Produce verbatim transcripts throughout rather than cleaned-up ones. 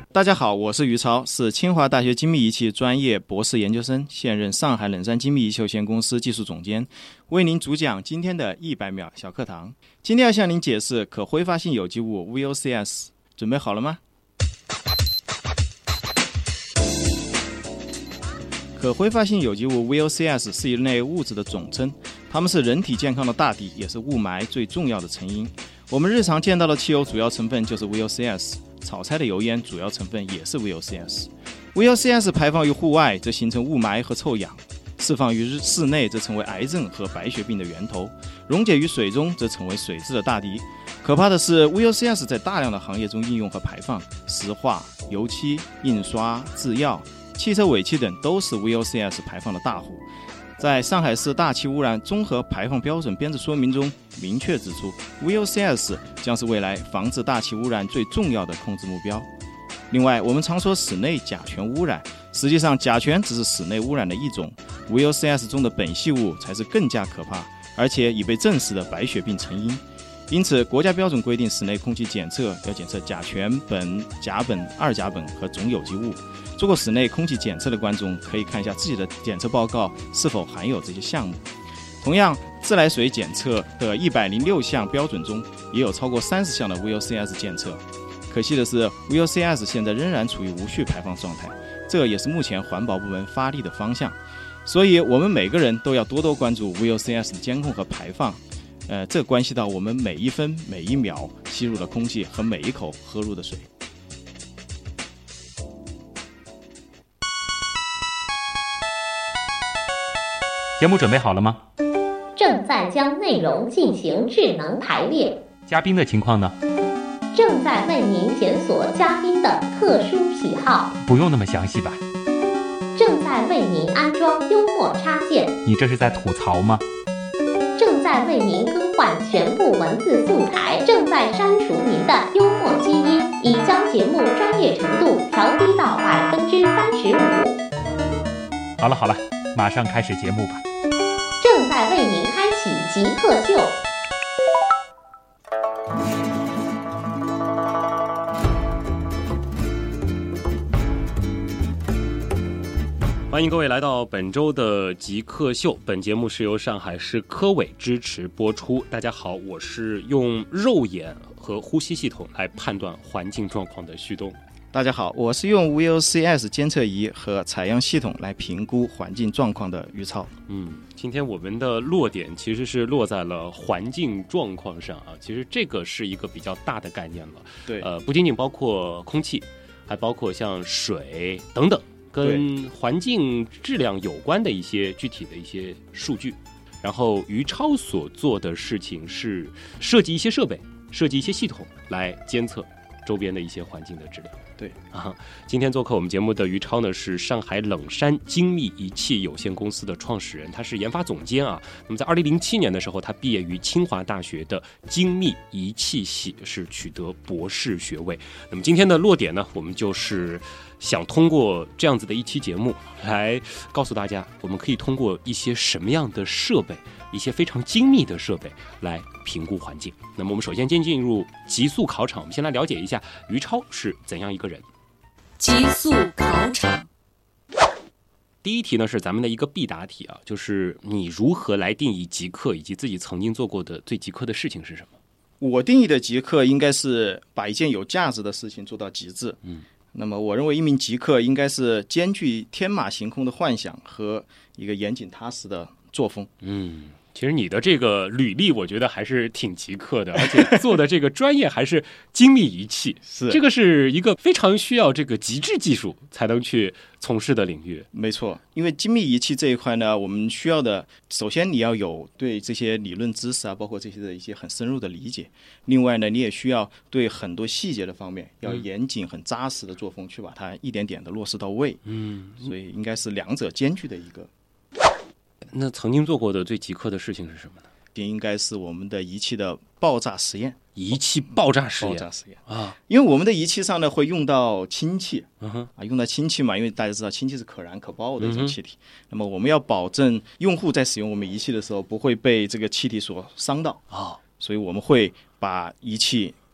大家好，我是于超，是清华大学精密仪器专业博士研究生，现任上海冷山精密仪器有限公司技术总监，为您主讲今天的一百秒小课堂。今天要向您解释可挥发性有机物 V O C S， 准备好了吗？可挥发性有机物 V O C S 是一类物质的总称，它们是人体健康的大敌，也是雾霾最重要的成因。我们日常见到的汽油主要成分就是 V O C S， 炒菜的油烟主要成分也是 V O C S。V O C S 排放于户外则形成雾霾和臭氧，释放于室内则成为癌症和白血病的源头，溶解于水中则成为水质的大敌。可怕的是 V O C S 在大量的行业中应用和排放，石化、油漆、印刷、制药、汽车尾气等都是 V O C S 排放的大户。在上海市大气污染综合排放标准编制说明中明确指出， V O C S 将是未来防治大气污染最重要的控制目标。另外，我们常说室内甲醛污染，实际上甲醛只是室内污染的一种， V O C S 中的苯系物才是更加可怕，而且已被证实的白血病成因。因此，国家标准规定室内空气检测要检测甲醛、苯、甲苯、二甲苯和总有机物。做过室内空气检测的观众可以看一下自己的检测报告是否含有这些项目。同样，自来水检测的一百零六项标准中也有超过三十项的 V O C S 检测。可惜的是， V O C S 现在仍然处于无序排放状态，这也是目前环保部门发力的方向。所以我们每个人都要多多关注 V O C S 的监控和排放。呃，这关系到我们每一分每一秒吸入的空气和每一口喝入的水。 节目准备好了吗？ 正在将内容进行智能排列。 嘉宾的情况呢？ 正在为您检索嘉宾的特殊喜好。 不用那么详细吧？ 正在为您安装幽默插件。 你这是在吐槽吗？ 正在为您更换全部文字素材，正在删除您的幽默基因，已将节目专业程度调低到百分之三十五。 好了好了，马上开始节目吧。 正在为您开启极客秀。 欢迎各位来到本周的极客秀，本节目是由上海市科委支持播出。大家好，我是用肉眼和呼吸系统来判断环境状况的旭东。 大家好，我是用 V O C S 监测仪和采样系统来评估环境状况的于超。 嗯，今天我们的落点其实是落在了环境状况上啊。其实这个是一个比较大的概念了。 对， 呃，不仅仅包括空气，还包括像水等等跟环境质量有关的一些具体的一些数据。然后于超所做的事情是设计一些设备，设计一些系统来监测周边的一些环境的质量。 对啊，今天做客我们节目的于超呢，是上海冷山精密仪器有限公司的创始人，他是研发总监啊。那么在二零零七年的时候，他毕业于清华大学的精密仪器系，是取得博士学位。那么今天的落点呢，我们就是想通过这样子的一期节目来告诉大家，我们可以通过一些什么样的设备，一些非常精密的设备来评估环境。那么我们首先先进入极速考场，我们先来了解一下于超是怎样一个人。 极速考场， 第一题呢是咱们的一个必答题啊，就是你如何来定义极客，以及自己曾经做过的最极客的事情是什么？ 我定义的极客应该是把一件有价值的事情做到极致。 嗯， 那么我认为一名极客应该是兼具天马行空的幻想和一个严谨踏实的作风。 嗯，其实你的这个履历我觉得还是挺极客的，而且做的这个专业还是精密仪器是这个是一个非常需要这个极致技术才能去从事的领域。 没错，因为精密仪器这一块呢，我们需要的首先你要有对这些理论知识啊，包括这些的一些很深入的理解，另外呢你也需要对很多细节的方面要严谨很扎实的作风去把它一点点的落实到位。 嗯， 所以应该是两者兼具的一个。 那曾经做过的最极客的事情是什么呢？ 应该是我们的仪器的爆炸实验。 仪器爆炸实验， 爆炸实验啊， 因为我们的仪器上呢会用到氢气， 嗯哼啊，用到氢气嘛，因为大家知道氢气是可燃可爆的一种气体，嗯、那么我们要保证用户在使用我们仪器的时候不会被这个气体所伤到啊、哦， 所以我们会把仪器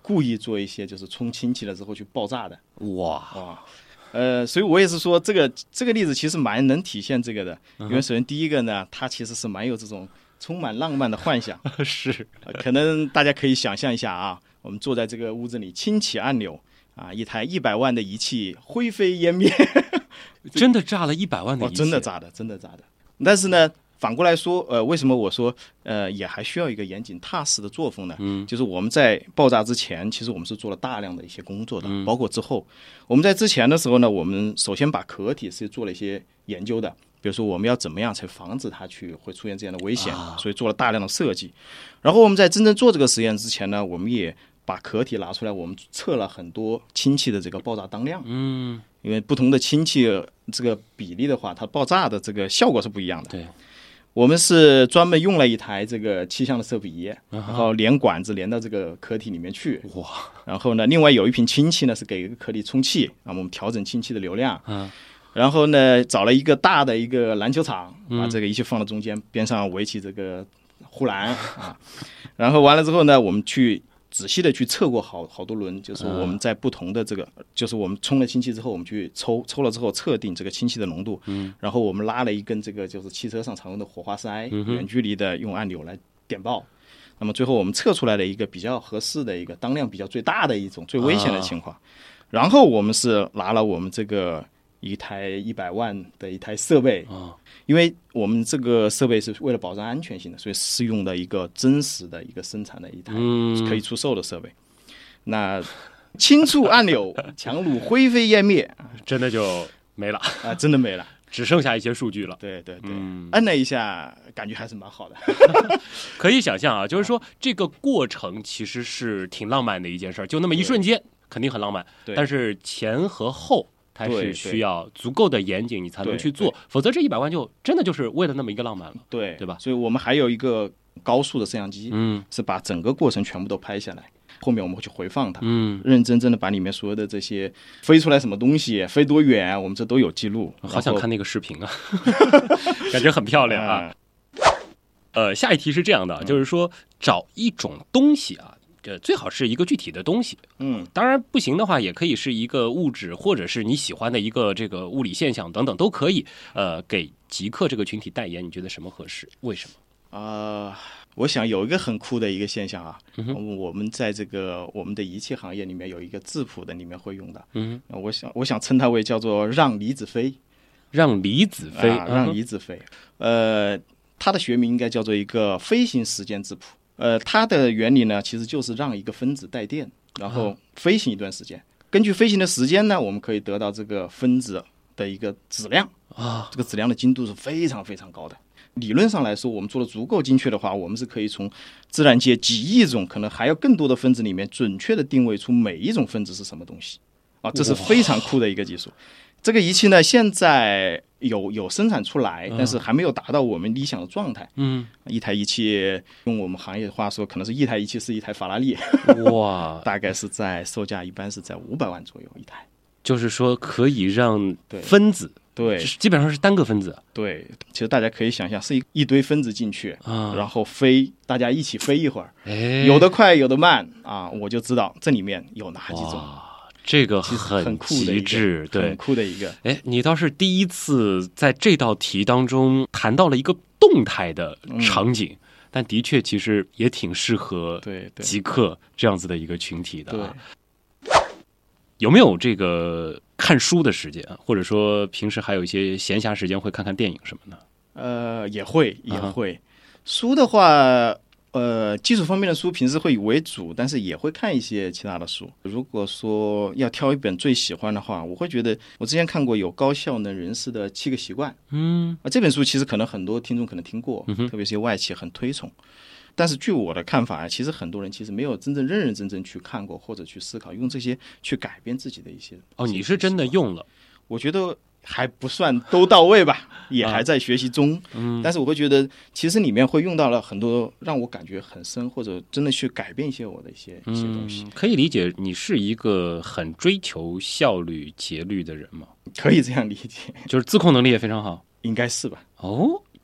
故意做一些就是冲氢气了之后去爆炸的。 哇哇，呃，所以我也是说，这个这个例子其实蛮能体现这个的。因为首先第一个呢，它其实是蛮有这种充满浪漫的幻想。 是、 呃，可能大家可以想象一下啊，我们坐在这个屋子里，轻启按钮啊，一台一百万的仪器灰飞烟灭。 真的炸了一百万的仪哦， 器、 真的炸的，真的炸的。但是呢，反过来说，呃，为什么我说呃也还需要一个严谨踏实的作风呢？嗯，就是我们在爆炸之前，其实我们是做了大量的一些工作的，嗯、包括之后，我们在之前的时候呢，我们首先把壳体是做了一些研究的，比如说我们要怎么样才防止它去会出现这样的危险，啊、所以做了大量的设计。然后我们在真正做这个实验之前呢，我们也把壳体拿出来，我们测了很多氢气的这个爆炸当量。嗯，因为不同的氢气这个比例的话，它爆炸的这个效果是不一样的。 对， 我们是专门用了一台这个气象的测比仪，然后连管子连到这个壳体里面去。哇！然后呢，另外有一瓶氢气呢是给一个壳体充气，然后我们调整氢气的流量。嗯。然后呢，找了一个大的一个篮球场，把这个仪器放到中间，边上围起这个护栏啊。然后完了之后呢，我们去仔细的去测过好好多轮，就是我们在不同的这个，嗯、就是我们充了氢气之后，我们去抽抽了之后测定这个氢气的浓度，嗯，然后我们拉了一根这个就是汽车上常用的火花塞，嗯、远距离的用按钮来点爆。那么最后我们测出来的一个比较合适的一个当量比较最大的一种最危险的情况，啊、然后我们是拿了我们这个一台一百万的一台设备啊。因为我们这个设备是为了保障安全性的，所以是用的一个真实的一个生产的一台可以出售的设备。嗯、那轻触按钮，强弩灰飞烟灭， 真的就没了啊！真的没了， 只剩下一些数据了。 对对对，嗯、按了一下，感觉还是蛮好的。 可以想象啊，就是说这个过程其实是挺浪漫的一件事儿，就那么一瞬间肯定很浪漫，但是前和后。它是需要足够的严谨，你才能去做，否则这一百万就真的就是为了那么一个浪漫了， 对对吧？ 所以我们还有一个高速的摄像机，嗯，是把整个过程全部都拍下来，后面我们会去回放它，嗯，认认真真的把里面所有的这些飞出来什么东西，飞多远，我们这都有记录。 好想看那个视频啊，感觉很漂亮啊。呃，下一题是这样的，就是说找一种东西啊。呃，最好是一个具体的东西，嗯，当然不行的话，也可以是一个物质，或者是你喜欢的一个这个物理现象等等都可以。呃，给极客这个群体代言，你觉得什么合适？为什么？ 啊、呃，我想有一个很酷的一个现象啊，嗯、我们在这个我们的仪器行业里面有一个质谱的里面会用的，嗯，我想我想称它为叫做让离子飞， 让离子飞， 啊、让离子飞，呃，它的学名应该叫做一个飞行时间质谱。呃，它的原理呢，其实就是让一个分子带电，然后飞行一段时间。根据飞行的时间呢，我们可以得到这个分子的一个质量啊，这个质量的精度是非常非常高的。理论上来说，我们做的足够精确的话，我们是可以从自然界几亿种，可能还要更多的分子里面，准确的定位出每一种分子是什么东西啊，这是非常酷的一个技术。这个仪器呢，现在有有生产出来，但是还没有达到我们理想的状态。嗯，一台仪器用我们行业话说，可能是一台仪器是一台法拉利。哇，大概是在售价一般是在五百万左右一台。 就是说可以让分子， 对， 基本上是单个分子。 对，其实大家可以想象，是一一堆分子进去，啊、然后飞，大家一起飞一会儿，哎、有的快，有的慢啊，我就知道这里面有哪几种。 这个很极致，对， 很酷的一个。 哎，你倒是第一次在这道题当中谈到了一个动态的场景，嗯、但的确其实也挺适合极客这样子的一个群体的、啊。对，有没有这个看书的时间，或者说平时还有一些闲暇时间会看看电影什么的？ 呃，也会，也会。Uh-huh. 书的话。呃，技术方面的书平时会以为主，但是也会看一些其他的书。如果说要挑一本最喜欢的话，我会觉得我之前看过有高效能人士的七个习惯，嗯，啊，这本书其实可能很多听众可能听过，嗯、特别是些外企很推崇。但是据我的看法，其实很多人其实没有真正认认真真去看过或者去思考，用这些去改变自己的一些。 哦，你是真的用了？ 我觉得。还不算都到位吧，也还在学习中。啊嗯、但是我会觉得，其实里面会用到了很多让我感觉很深，或者真的去改变一些我的一些、嗯、一些东西。 可以理解，你是一个很追求效率、节律的人吗？ 可以这样理解， 就是自控能力也非常好， 应该是吧？ 哦，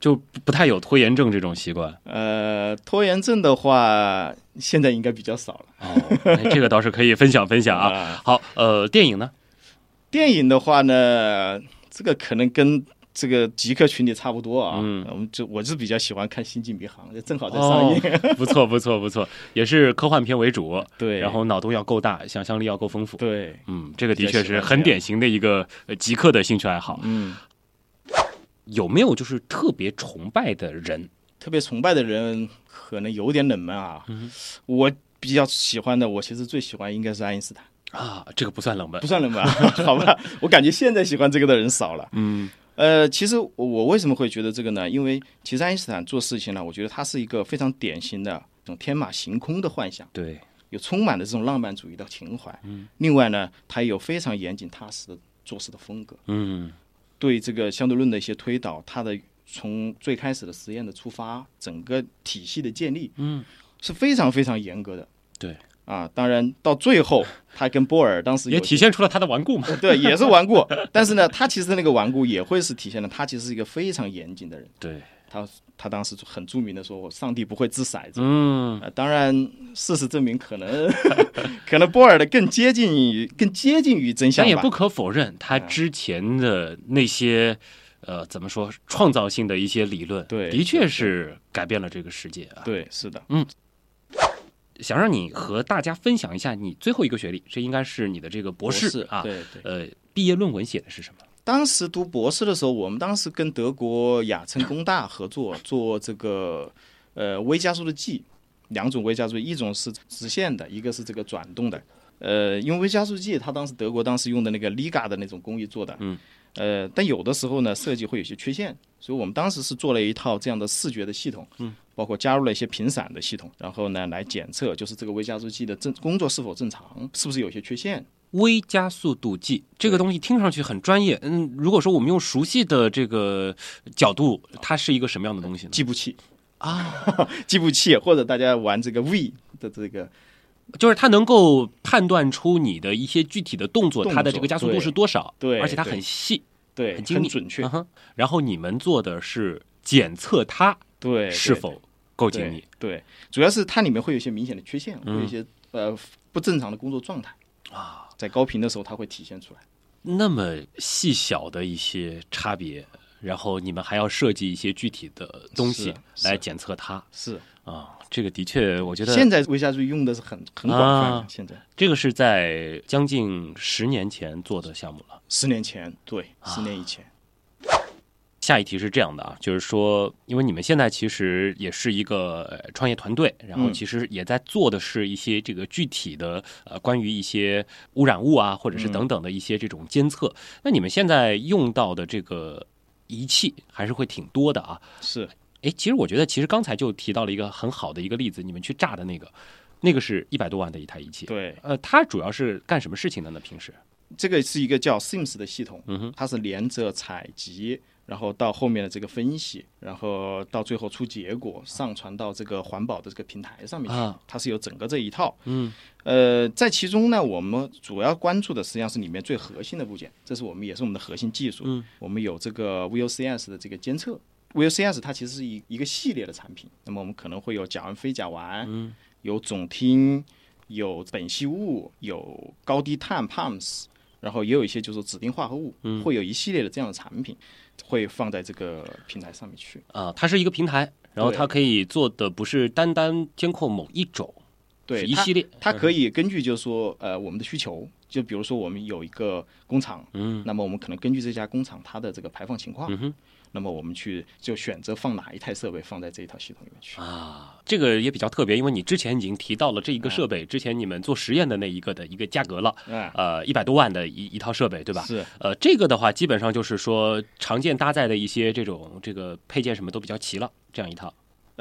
就不太有拖延症这种习惯。 呃，拖延症的话，现在应该比较少了。 哦，哎这个倒是可以分享分享啊。 啊好，呃，电影呢？ 电影的话呢，这个可能跟这个极客群体差不多啊。 嗯我们就我是比较喜欢看《星际迷航》，正好在上映。 哦，不错不错不错，也是科幻片为主。 对， 然后脑洞要够大，想象力要够丰富。 对， 嗯，这个的确是很典型的一个呃极客的兴趣爱好。 嗯， 有没有就是特别崇拜的人？ 特别崇拜的人可能有点冷门啊。 嗯、 我比较喜欢的，我其实最喜欢应该是爱因斯坦啊，这个不算冷门， 不算冷门、啊，好吧？我感觉现在喜欢这个的人少了。 嗯。 呃，其实我为什么会觉得这个呢？因为其实爱因斯坦做事情呢，我觉得他是一个非常典型的这种天马行空的幻想， 对， 有充满了这种浪漫主义的情怀。 嗯， 另外呢，他有非常严谨踏实的做事的风格。 嗯， 对这个相对论的一些推导，他的从最开始的实验的出发，整个体系的建立， 嗯， 是非常非常严格的。 对。 啊，当然到最后，他跟波尔当时也体现出了他的顽固嘛。 对，也是顽固。但是呢，他其实那个顽固也会是体现了他其实是一个非常严谨的人。 对， 他他当时很著名的说：“上帝不会掷骰子。” 嗯、 呃，当然，事实证明可能可能波尔的更接近于更接近于真相吧。 但也不可否认，他之前的那些。呃，怎么说？创造性的一些理论， 对， 的确是改变了这个世界啊。 对，是的， 嗯。想让你和大家分享一下你最后一个学历，这应该是你的这个博士, 博士啊。 对对。 呃，毕业论文写的是什么？ 当时读博士的时候，我们当时跟德国亚琛工大合作做这个呃微加速的剂，两种微加速，一种是直线的，一个是这个转动的。呃，因为微加速剂它当时德国当时用的那个 Liga 的那种工艺做的， 嗯。 呃，但有的时候呢，设计会有些缺陷，所以我们当时是做了一套这样的视觉的系统， 嗯， 包括加入了一些频闪的系统，然后呢来检测，就是这个微加速器的正工作是否正常，是不是有些缺陷。 微加速度计这个东西听上去很专业，嗯，如果说我们用熟悉的这个角度，它是一个什么样的东西呢？ 计步器啊， 计步器，或者大家玩这个 V 的这个。 就是它能够判断出你的一些具体的动作， 动作它的这个加速度是多少， 对， 而且它很细， 对， 很精密， 很准确。 嗯、然后你们做的是检测它对是否够精密， 对，对对，主要是它里面会有一些明显的缺陷， 嗯、 会有一些呃不正常的工作状态啊， 在高频的时候它会体现出来。 那么细小的一些差别，然后你们还要设计一些具体的东西来检测它， 是啊。这个的确，我觉得现在微加速用的是很很广泛的、啊。现在这个是在将近十年前做的项目了。 十年前，对，十年以前。 啊、下一题是这样的啊，就是说，因为你们现在其实也是一个创业团队，然后其实也在做的是一些这个具体的呃关于一些污染物啊，或者是等等的一些这种监测。嗯、那你们现在用到的这个仪器还是会挺多的啊。 是。 哎，其实我觉得，其实刚才就提到了一个很好的一个例子，你们去炸的那个，那个是一百多万的一台仪器。 对， 呃，它主要是干什么事情的呢？平时这个是一个叫 S I M S 的系统， 嗯哼， 它是连着采集，然后到后面的这个分析，然后到最后出结果，上传到这个环保的这个平台上面去。啊、它是有整个这一套。 嗯， 呃，在其中呢，我们主要关注的实际上是里面最核心的部件，这是我们也是我们的核心技术。 嗯， 我们有这个 V O C S 的这个监测。V O C S 它其实是一一个系列的产品，那么我们可能会有甲烷、非甲烷， 嗯， 有总烃，有苯系物，有高低碳 P A M S， 然后也有一些就是指定化合物， 嗯， 会有一系列的这样的产品会放在这个平台上面去。 啊，它是一个平台，然后它可以做的不是单单监控某一种， 对， 是一系列， 它, 它可以根据就是说呃我们的需求。就比如说我们有一个工厂， 嗯， 那么我们可能根据这家工厂它的这个排放情况， 嗯哼， 那么我们去就选择放哪一台设备放在这一套系统里面去啊。这个也比较特别，因为你之前已经提到了这一个设备，嗯、之前你们做实验的那一个的一个价格了， 嗯、 呃，一百多万的一一套设备，对吧？ 是， 呃，这个的话基本上就是说常见搭载的一些这种这个配件什么都比较齐了，这样一套。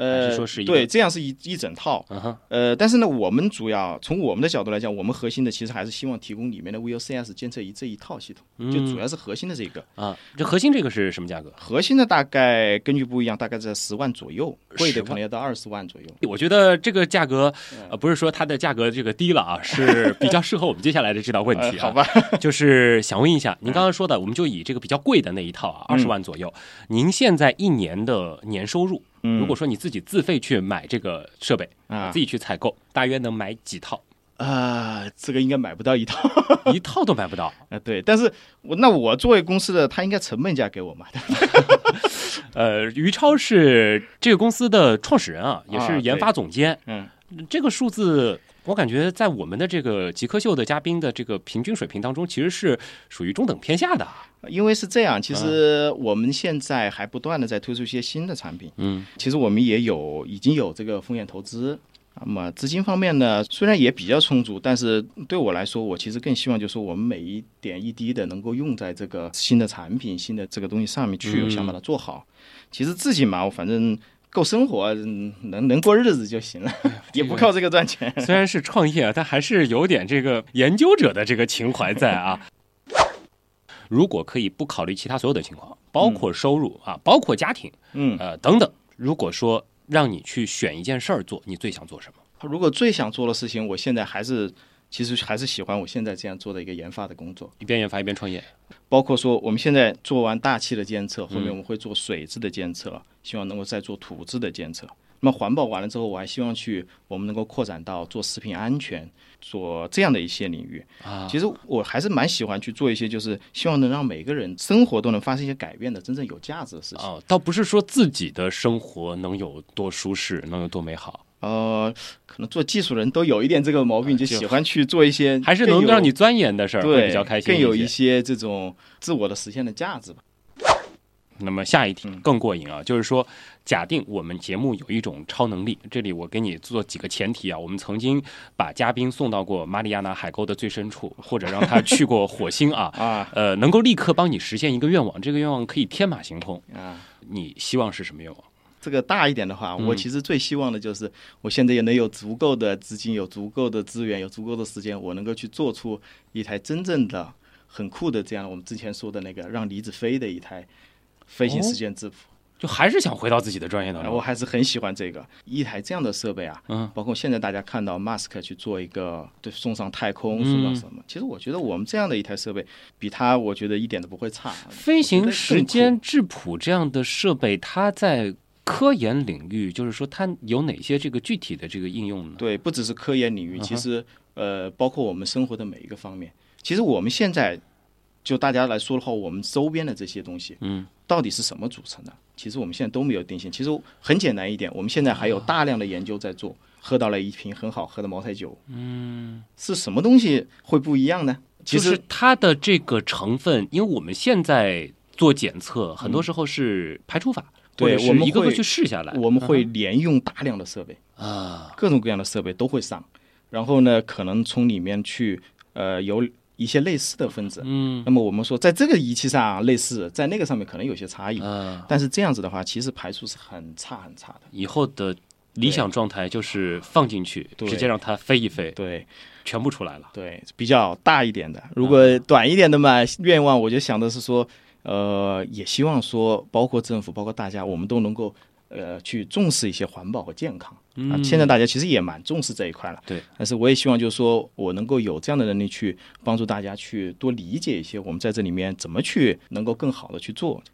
呃， 还是说是一个对，这样是一一整套。 嗯哼， 呃，但是呢，我们主要从我们的角度来讲，我们核心的其实还是希望提供里面的 V O C S 监测仪这一套系统， 嗯就主要是核心的这个。 啊，这核心这个是什么价格？ 核心的大概根据不一样，大概在十万左右，贵的十万可能要到二十万左右。 我觉得这个价格，呃，不是说它的价格这个低了啊，是比较适合我们接下来的这道问题啊。 呃、好吧， 就是想问一下，您刚刚说的，我们就以这个比较贵的那一套啊，二十万左右，您现在一年的年收入， 嗯如果说你自己自费去买这个设备啊自己去采购，大约能买几套？ 啊、这个应该买不到一套。 一套都买不到。 啊，对，但是我那我作为公司的，他应该成本价给我嘛？ 呃，于超是这个公司的创始人啊，也啊是研发总监。 嗯， 这个数字，我感觉在我们的这个极客秀的嘉宾的这个平均水平当中，其实是属于中等偏下的。 因为是这样，其实我们现在还不断的在推出一些新的产品。 嗯， 其实我们也有已经有这个风险投资。那么资金方面呢，虽然也比较充足，但是对我来说，我其实更希望就是说我们每一点一滴的能够用在这个新的产品、新的这个东西上面去， 嗯我想把它做好。其实自己嘛，我反正够生活，能能过日子就行了，也不靠这个赚钱。 虽然是创业，但还是有点这个研究者的这个情怀在啊。如果可以不考虑其他所有的情况，包括收入啊，包括家庭， 嗯， 呃等等，如果说让你去选一件事儿做，你最想做什么？ 如果最想做的事情，我现在还是其实还是喜欢我现在这样做的一个研发的工作， 一边研发一边创业。 包括说我们现在做完大气的监测，后面我们会做水质的监测，希望能够再做土质的监测。那么环保完了之后，我还希望去我们能够扩展到做食品安全，做这样的一些领域啊。 其实我还是蛮喜欢去做一些，就是希望能让每个人生活都能发生一些改变的，真正有价值的事情。 哦，倒不是说自己的生活能有多舒适，能有多美好。 呃，可能做技术人都有一点这个毛病，就喜欢去做一些还是能让你钻研的事儿，会比较开心， 更有一些这种自我的实现的价值吧。 那么下一题更过瘾啊，嗯、就是说，假定我们节目有一种超能力，这里我给你做几个前提啊。我们曾经把嘉宾送到过马里亚纳海沟的最深处，或者让他去过火星啊， 啊， 呃，能够立刻帮你实现一个愿望，这个愿望可以天马行空啊。 你希望是什么愿望？ 这个大一点的话， 嗯我其实最希望的就是，我现在也能有足够的资金、有足够的资源、有足够的时间，我能够去做出一台真正的、很酷的这样我们之前说的那个让离子飞的一台飞行实践质谱。 哦，就还是想回到自己的专业当中。 我还是很喜欢这个一台这样的设备啊， 嗯， 包括现在大家看到 Musk 去做一个对送上太空，送到什么？ 嗯、 其实我觉得我们这样的一台设备，比它我觉得一点都不会差。 飞行时间质谱这样的设备，它在科研领域，就是说它有哪些这个具体的这个应用呢？ 对，不只是科研领域，其实呃，包括我们生活的每一个方面。其实我们现在就大家来说的话，我们周边的这些东西， 嗯， 到底是什么组成的？其实我们现在都没有定性。其实很简单一点，我们现在还有大量的研究在做。喝到了一瓶很好喝的茅台酒， 嗯， 是什么东西会不一样呢？其实、 就是它的这个成分，因为我们现在做检测，很多时候是排除法。嗯， 对，我们一个个去试下来， 我们会连用大量的设备啊， 各种各样的设备都会上，然后呢，可能从里面去呃有一些类似的分子， 嗯， 那么我们说在这个仪器上类似，在那个上面可能有些差异， 啊， 但是这样子的话，其实排除是很差很差的。 以后的理想状态就是放进去，直接让它飞一飞， 对， 全部出来了。 对，比较大一点的，如果短一点的嘛，愿望我就想的是说。呃，也希望说，包括政府，包括大家，我们都能够呃去重视一些环保和健康、 嗯、 啊。现在大家其实也蛮重视这一块了， 对。 但是我也希望就是说我能够有这样的能力去帮助大家去多理解一些我们在这里面怎么去能够更好的去做。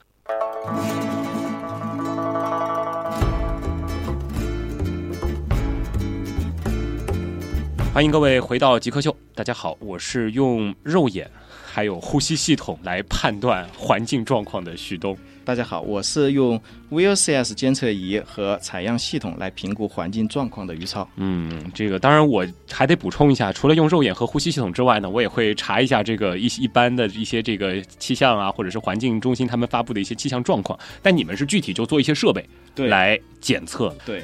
欢迎各位回到极客秀，大家好，我是用肉眼还有呼吸系统来判断环境状况的许东。 大家好，我是用 V O C S 监测仪和采样系统来评估环境状况的于超。 嗯，这个当然我还得补充一下，除了用肉眼和呼吸系统之外呢，我也会查一下这个一一般的一些这个气象啊，或者是环境中心他们发布的一些气象状况。但你们是具体就做一些设备来检测。 对。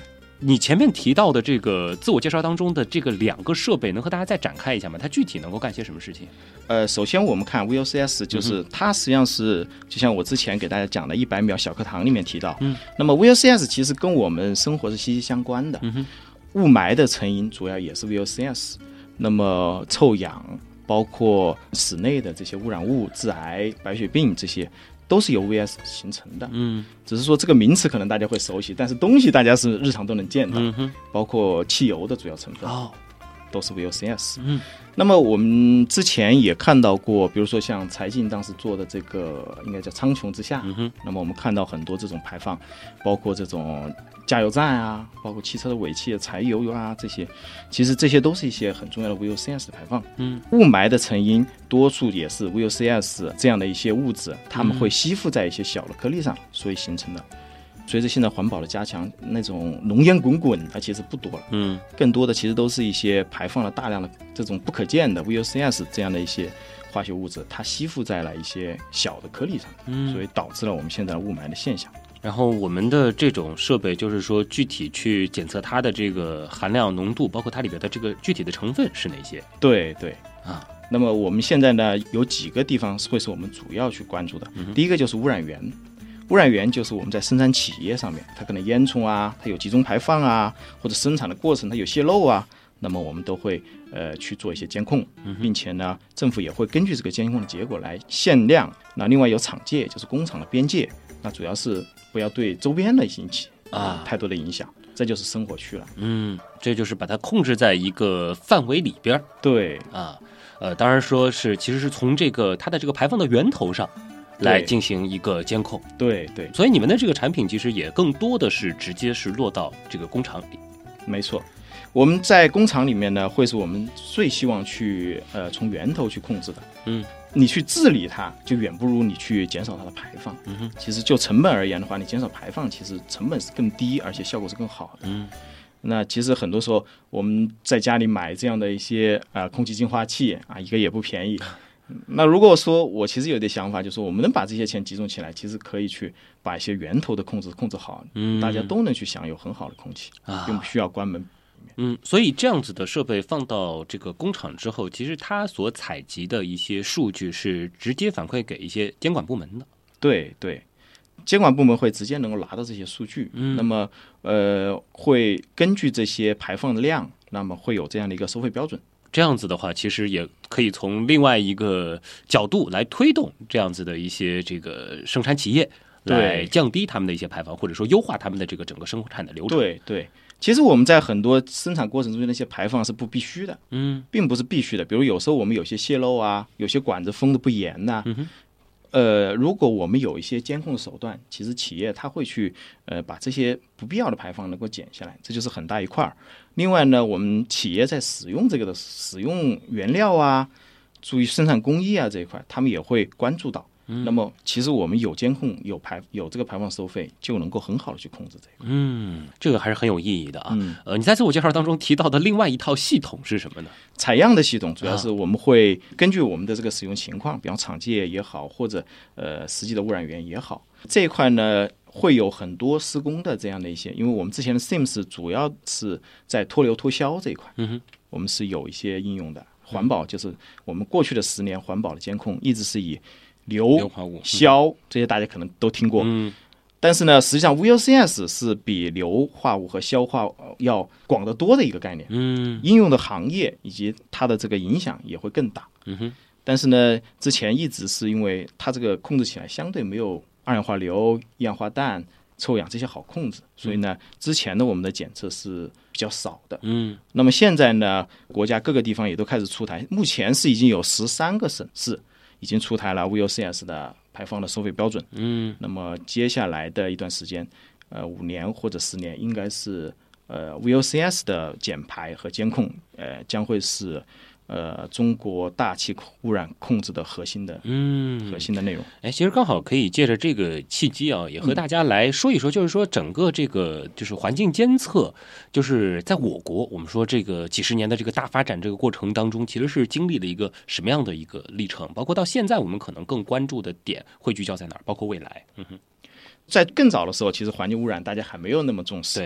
你前面提到的这个自我介绍当中的这个两个设备，能和大家再展开一下吗？它具体能够干些什么事情？ 呃，首先我们看 V O C S， 就是它实际上是就像我之前给大家讲的一百秒小课堂里面提到，嗯，那么 V O C S 其实跟我们生活是息息相关的。嗯、雾霾的成因主要也是 V O C S， 那么臭氧，包括室内的这些污染物、致癌、白血病这些。都是由 V S 形成的，嗯，只是说这个名词可能大家会熟悉，但是东西大家是日常都能见到，嗯、包括汽油的主要成分，哦，都是 V O C S。嗯，那么我们之前也看到过，比如说像柴静当时做的这个，应该叫苍穹之下，嗯哼，那么我们看到很多这种排放，包括这种加油站啊，包括汽车的尾气、柴油啊这些，其实这些都是一些很重要的 V O C S 的排放。嗯，雾霾的成因多数也是 V O C S 这样的一些物质，它们会吸附在一些小的颗粒上，所以形成的。随着现在环保的加强，那种浓烟滚滚它其实不多了，嗯，更多的其实都是一些排放了大量的这种不可见的 V O C S 这样的一些化学物质，它吸附在了一些小的颗粒上，嗯，所以导致了我们现在的雾霾的现象。 然后我们的这种设备就是说具体去检测它的这个含量浓度，包括它里边的这个具体的成分是哪些？ 对对啊。那么我们现在呢有几个地方会是我们主要去关注的，嗯、第一个就是污染源。污染源就是我们在生产企业上面，它可能烟囱啊，它有集中排放啊，或者生产的过程它有泄漏啊，那么我们都会呃去做一些监控，并且呢，政府也会根据这个监控的结果来限量。那另外有厂界，就是工厂的边界，那主要是不要对周边的引起啊太多的影响，这就是生活区了。 嗯，这就是把它控制在一个范围里边。 对啊，呃，当然说是其实是从这个它的这个排放的源头上来进行一个监控。 对对， 所以你们的这个产品其实也更多的是直接是落到这个工厂里。 没错，我们在工厂里面呢，会是我们最希望去呃从源头去控制的。嗯，你去治理它，就远不如你去减少它的排放。嗯哼，其实就成本而言的话，你减少排放，其实成本是更低，而且效果是更好的。嗯。那其实很多时候我们在家里买这样的一些呃空气净化器啊，一个也不便宜。那如果说我其实有点想法，就是我们能把这些钱集中起来，其实可以去把一些源头的控制控制好，嗯，大家都能去享有很好的空气，啊，并不需要关门。 嗯，所以这样子的设备放到这个工厂之后，其实它所采集的一些数据是直接反馈给一些监管部门的。 对对，监管部门会直接能够拿到这些数据，嗯，那么呃会根据这些排放的量，那么会有这样的一个收费标准。 这样子的话，其实也可以从另外一个角度来推动这样子的一些这个生产企业，来降低他们的一些排放，或者说优化他们的这个整个生产的流程。 对对，其实我们在很多生产过程中的那些排放是不必须的，嗯，并不是必须的。比如有时候我们有些泄漏啊，有些管子封的不严呐，嗯哼。呃，如果我们有一些监控的手段，其实企业它会去呃把这些不必要的排放能够减下来，这就是很大一块儿。另外呢，我们企业在使用这个的使用原料啊，注意生产工艺啊这一块，他们也会关注到。嗯、那么其实我们有监控、有排有这个排放收费，就能够很好的去控制这一块。 嗯，这个还是很有意义的啊。嗯、呃，你在自我介绍当中提到的另外一套系统是什么呢？ 采样的系统主要是我们会根据我们的这个使用情况，比方厂界也好，或者呃实际的污染源也好，这一块呢会有很多施工的这样的一些，因为我们之前的 S I M S 主要是在脱硫脱硝这一块，嗯哼，我们是有一些应用的。环保就是我们过去的十年环保的监控一直是以硫、硝这些大家可能都听过，嗯，但是呢，实际上 V O C S 是比硫化物和硝化物要广得多的一个概念，嗯，应用的行业以及它的这个影响也会更大，嗯哼。但是呢，之前一直是因为它这个控制起来相对没有二氧化硫、一氧化氮、臭氧这些好控制，所以呢，之前的我们的检测是比较少的，嗯。那么现在呢，国家各个地方也都开始出台，目前是已经有十三个省市已经出台了 V O C S 的排放的收费标准，嗯，那么接下来的一段时间，呃，五年或者十年，应该是呃 V O C S 的减排和监控，呃，将会是呃中国大气污染控制的核心的，嗯，核心的内容。 哎，其实刚好可以借着这个契机啊，也和大家来说一说，就是说整个这个就是环境监测，就是在我国，我们说这个几十年的这个大发展这个过程当中，其实是经历了一个什么样的一个历程？包括到现在，我们可能更关注的点会聚焦在哪儿？包括未来，嗯哼。 在更早的时候，其实环境污染大家还没有那么重视。 对，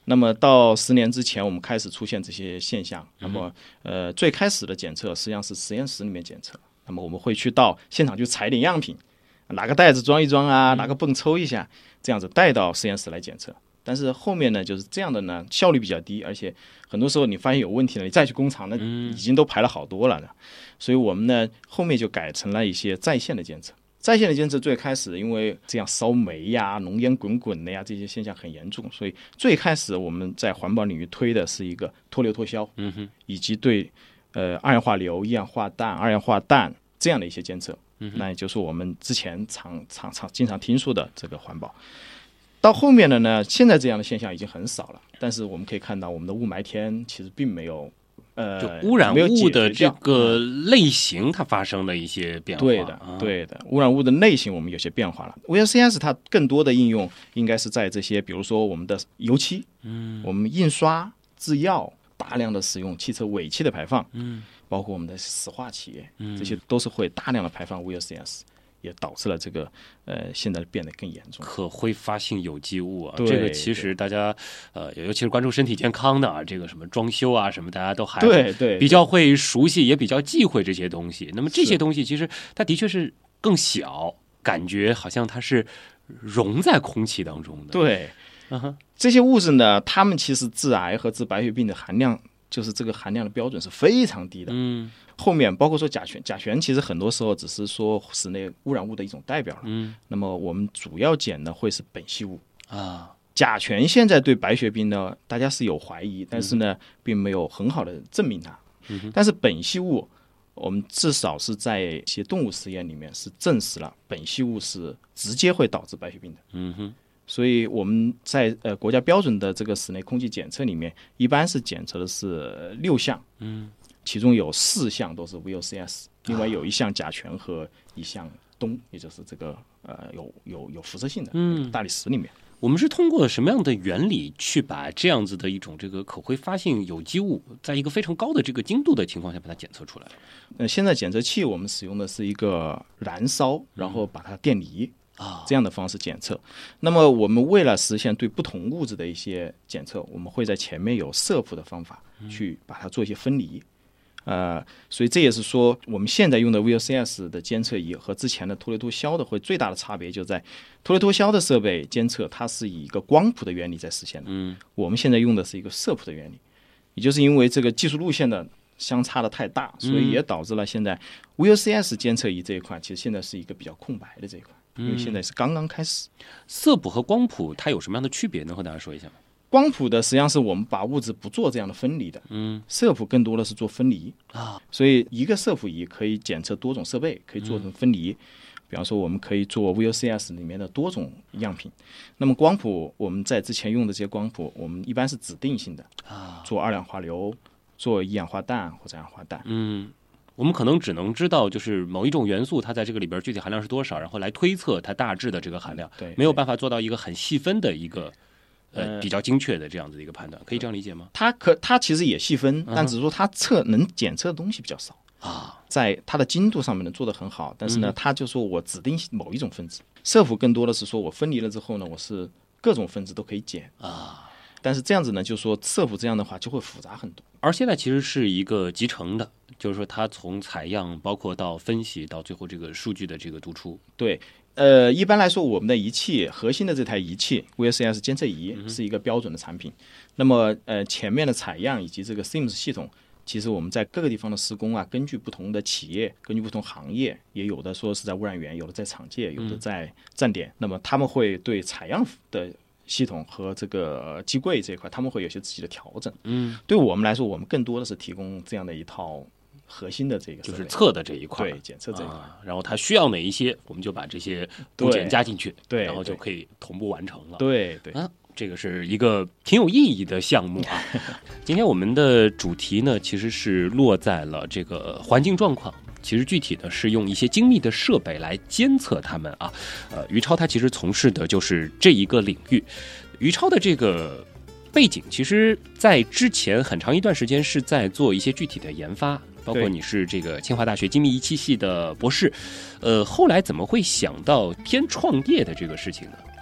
那么到十年之前，我们开始出现这些现象。那么，呃，最开始的检测实际上是实验室里面检测。那么我们会去到现场去采点样品，拿个袋子装一装啊，拿个泵抽一下，这样子带到实验室来检测。但是后面呢，就是这样的呢，效率比较低，而且很多时候你发现有问题了，你再去工厂，那已经都排了好多了呢。所以我们呢后面就改成了一些在线的监测。在线的监测最开始因为这样烧煤呀、浓烟滚滚的呀，这些现象很严重，所以最开始我们在环保领域推的是一个脱硫脱硝， 嗯哼， 以及对呃二氧化硫、一氧化氮、二氧化氮这样的一些监测。嗯、那也就是我们之前常常常经常听说的这个环保。到后面的呢，现在这样的现象已经很少了，但是我们可以看到我们的雾霾天其实并没有。呃， 就污染物的这个类型，它发生了一些变化。 对的，对的，污染物的类型我们有些变化了。V L C S 它更多的应用应该是在这些，比如说我们的油漆，嗯，我们印刷、制药大量的使用汽车尾气的排放，嗯，包括我们的石化企业，嗯，这些都是会大量的排放 V L C S。也导致了这个呃现在变得更严重。 可挥发性有机物啊，这个其实大家呃尤其是关注身体健康的啊，这个什么装修啊什么，大家都还对对比较会熟悉，也比较忌讳这些东西。那么这些东西其实它的确是更小，感觉好像它是融在空气当中的。 对， 嗯哼， 这些物质呢，它们其实致癌和致白血病的含量，就是这个含量的标准是非常低的。 嗯。 后面包括说甲醛，甲醛其实很多时候只是说室内污染物的一种代表了。嗯，那么我们主要检的会是苯系物啊。 甲醛现在对白血病呢，大家是有怀疑，但是呢，嗯、并没有很好的证明它。嗯、但是苯系物，我们至少是在一些动物实验里面是证实了苯系物是直接会导致白血病的。 嗯哼。 所以我们在呃国家标准的这个室内空气检测里面，一般是检测的是六项。嗯。其中有四项都是 V O C S， 另外有一项甲醛和一项氡，也就是这个呃有有有辐射性的大理石里面。 我们是通过什么样的原理去把这样子的一种这个可挥发性有机物，在一个非常高的这个精度的情况下把它检测出来？ 呃，现在检测器我们使用的是一个燃烧，然后把它电离。啊，这样的方式检测。那么我们为了实现对不同物质的一些检测，我们会在前面有色谱的方法去把它做一些分离。呃，所以这也是说，我们现在用的 V O C S 的监测仪和之前的脱硫脱硝的会最大的差别就在脱硫脱硝的设备监测，它是以一个光谱的原理在实现的。嗯，我们现在用的是一个色谱的原理，也就是因为这个技术路线的相差的太大，所以也导致了现在 V O C S 监测仪这一块其实现在是一个比较空白的这一块，因为现在是刚刚开始。 色谱和光谱它有什么样的区别？能和大家说一下吗？ 光谱的实际上是我们把物质不做这样的分离的，嗯，色谱更多的是做分离啊，所以一个色谱仪可以检测多种设备，可以做成分离。嗯、比方说，我们可以做 V O C S 里面的多种样品。那么光谱，我们在之前用的这些光谱，我们一般是指定性的啊，做二氧化硫，做一氧化氮或者二氧化氮。 嗯，我们可能只能知道就是某一种元素它在这个里边具体含量是多少，然后来推测它大致的这个含量， 对， 没有办法做到一个很细分的一个。呃，比较精确的这样子的一个判断，可以这样理解吗？ 它可它其实也细分，但只是说它测能检测的东西比较少啊，在它的精度上面能做得很好，但是呢，它就说我指定某一种分子，色谱更多的是说我分离了之后呢，我是各种分子都可以检啊，但是这样子呢，就说色谱这样的话就会复杂很多。 而现在其实是一个集成的，就是说它从采样包括到分析到最后这个数据的这个读出， 对。呃，一般来说，我们的仪器核心的这台仪器 V O C S 监测仪是一个标准的产品。嗯、那么，呃，前面的采样以及这个 S I M S 系统，其实我们在各个地方的施工啊，根据不同的企业，根据不同行业，也有的说是在污染源，有的在厂界，有的在站点。嗯、那么他们会对采样的系统和这个机柜这一块，他们会有些自己的调整。嗯，对我们来说，我们更多的是提供这样的一套。核心的这个就是测的这一块， 对，检测这一块、 啊，然后它需要哪一些，我们就把这些部件加进去， 对， 然后就可以同步完成了。 对对啊，这个是一个挺有意义的项目啊。今天我们的主题呢，其实是落在了这个环境状况。其实具体的是用一些精密的设备来监测它们啊。呃，于超他其实从事的就是这一个领域。于超的这个背景，其实在之前很长一段时间是在做一些具体的研发。包括你是这个清华大学精密仪器系的博士，呃，后来怎么会想到偏创业的这个事情呢？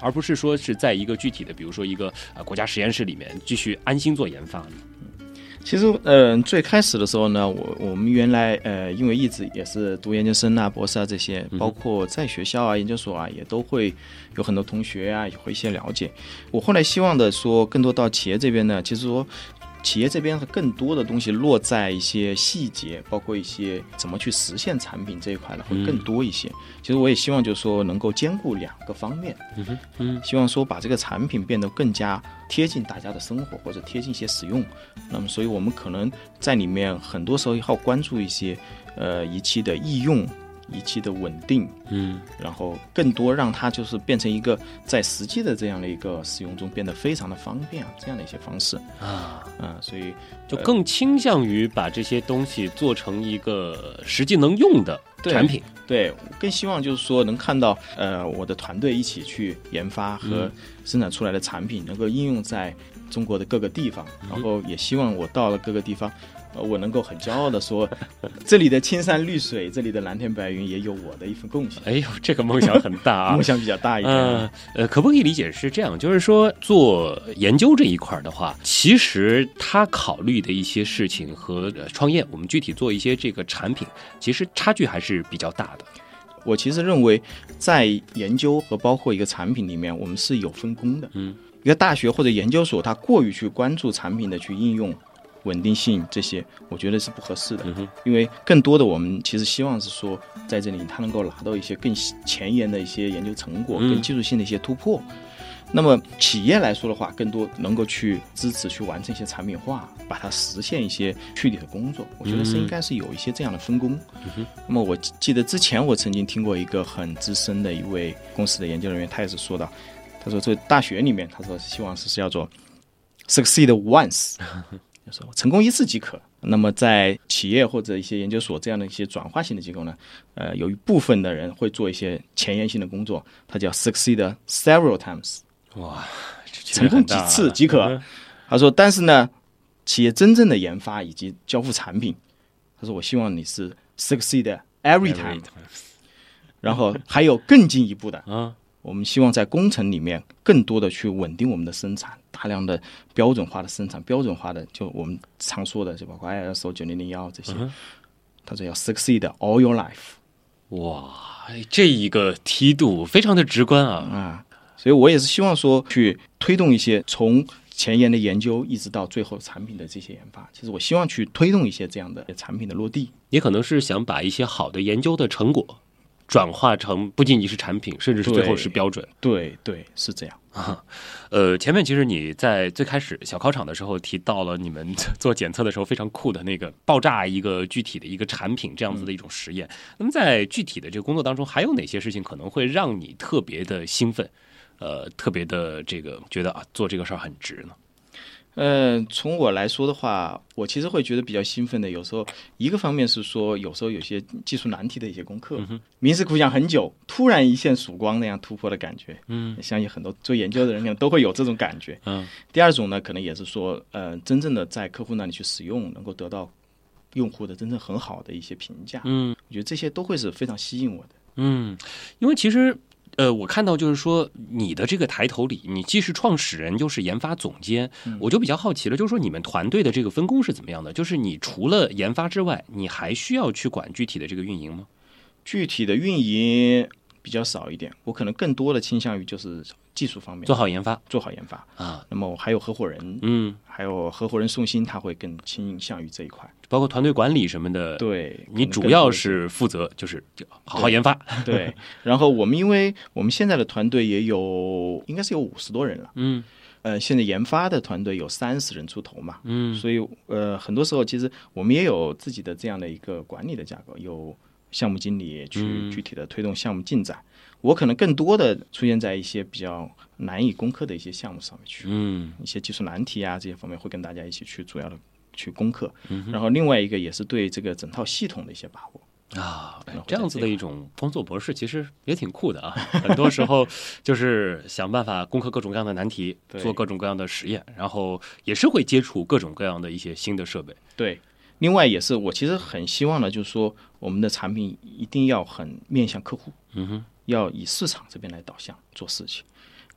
而不是说是在一个具体的，比如说一个呃国家实验室里面继续安心做研发呢？ 其实，嗯、呃，最开始的时候呢，我我们原来呃，因为一直也是读研究生啊、博士啊这些，包括在学校啊、研究所啊，也都会有很多同学啊，也会一些了解。我后来希望的说，更多到企业这边呢，其实说企业这边更多的东西落在一些细节，包括一些怎么去实现产品这一块呢，会更多一些。嗯、其实我也希望就是说能够兼顾两个方面， 嗯哼，嗯， 希望说把这个产品变得更加贴近大家的生活，或者贴近一些使用。那么，所以我们可能在里面很多时候要关注一些呃仪器的易用。仪器的稳定， 嗯， 然后更多让它就是变成一个在实际的这样的一个使用中变得非常的方便啊，这样的一些方式啊啊，所以就更倾向于把这些东西做成一个实际能用的产品。 对，对，更希望就是说能看到呃我的团队一起去研发和生产出来的产品能够应用在中国的各个地方， 嗯、 然后也希望我到了各个地方。呃，我能够很骄傲的说，这里的青山绿水，这里的蓝天白云也有我的一份贡献。 哎呦，这个梦想很大啊， 梦想比较大一点。 呃，呃，可不可以理解是这样？就是说，做研究这一块的话，其实他考虑的一些事情和创业，我们具体做一些这个产品，其实差距还是比较大的。 我其实认为，在研究和包括一个产品里面，我们是有分工的。 嗯， 一个大学或者研究所，它过于去关注产品的去应用。稳定性这些我觉得是不合适的、 嗯、 因为更多的我们其实希望是说在这里它能够拿到一些更前沿的一些研究成果、嗯、更技术性的一些突破。那么企业来说的话，更多能够去支持去完成一些产品化，把它实现一些具体的工作，我觉得是应该是有一些这样的分工、 嗯、 那么我记得之前我曾经听过一个很资深的一位公司的研究人员，他也是说到，他说这大学里面他说希望是叫做 succeed once 就说成功一次即可。那么在企业或者一些研究所这样的一些转化性的机构呢，呃，有一部分的人会做一些前沿性的工作，它叫 succeed several times。 哇， 成功几次即可。嗯、他说，但是呢，企业真正的研发以及交付产品，他说我希望你是 succeed every time。Every time 然后还有更进一步的。 嗯我们希望在工程里面更多的去稳定我们的生产，大量的标准化的生产，标准化的就我们常说的就包括 I S O 九零零一这些、嗯、他说要 succeed all your life。 哇，这一个梯度非常的直观啊、 啊！所以我也是希望说去推动一些从前沿的研究一直到最后产品的这些研发，其实我希望去推动一些这样的产品的落地， 也可能是想把一些好的研究的成果转化成不仅仅是产品，甚至是最后是标准。 对 对, 对，是这样啊。呃，前面其实你在最开始小考场的时候提到了你们做检测的时候非常酷的那个爆炸一个具体的一个产品这样子的一种实验。嗯、那么在具体的这个工作当中，还有哪些事情可能会让你特别的兴奋？呃，特别的这个觉得啊，做这个事儿很值呢？ 呃，从我来说的话，我其实会觉得比较兴奋的，有时候一个方面是说，有时候有些技术难题的一些功课， 嗯、 冥思苦想很久，突然一线曙光那样突破的感觉， 嗯， 相信很多做研究的人可能都会有这种感觉， 嗯。 第二种呢，可能也是说，呃，真正的在客户那里去使用，能够得到用户的真正很好的一些评价， 嗯， 我觉得这些都会是非常吸引我的， 嗯，因为其实。呃，我看到就是说你的这个抬头里，你既是创始人又是研发总监、嗯、我就比较好奇了，就是说你们团队的这个分工是怎么样的？就是你除了研发之外，你还需要去管具体的这个运营吗？ 具体的运营比较少一点，我可能更多的倾向于就是技术方面做好研发， 做好研发啊。 那么我还有合伙人， 嗯， 还有合伙人宋鑫，他会更倾向于这一块， 包括团队管理什么的。 对， 你主要是负责就是好好研发。 对，对然后我们因为我们现在的团队也有应该是有五十多人了， 嗯。 呃，现在研发的团队有三十人出头嘛， 嗯， 所以呃，很多时候其实我们也有自己的这样的一个管理的架构，有项目经理去具体的推动项目进展。嗯、我可能更多的出现在一些比较难以攻克的一些项目上面去， 嗯， 一些技术难题啊这些方面会跟大家一起去主要的去攻克。 嗯、 然后另外一个也是对这个整套系统的一些把握。 啊，这样子的一种工作模式其实也挺酷的啊！很多时候就是想办法攻克各种各样的难题，做各种各样的实验，然后也是会接触各种各样的一些新的设备。 对，另外也是我其实很希望的，就是说我们的产品一定要很面向客户， 嗯哼， 要以市场这边来导向做事情。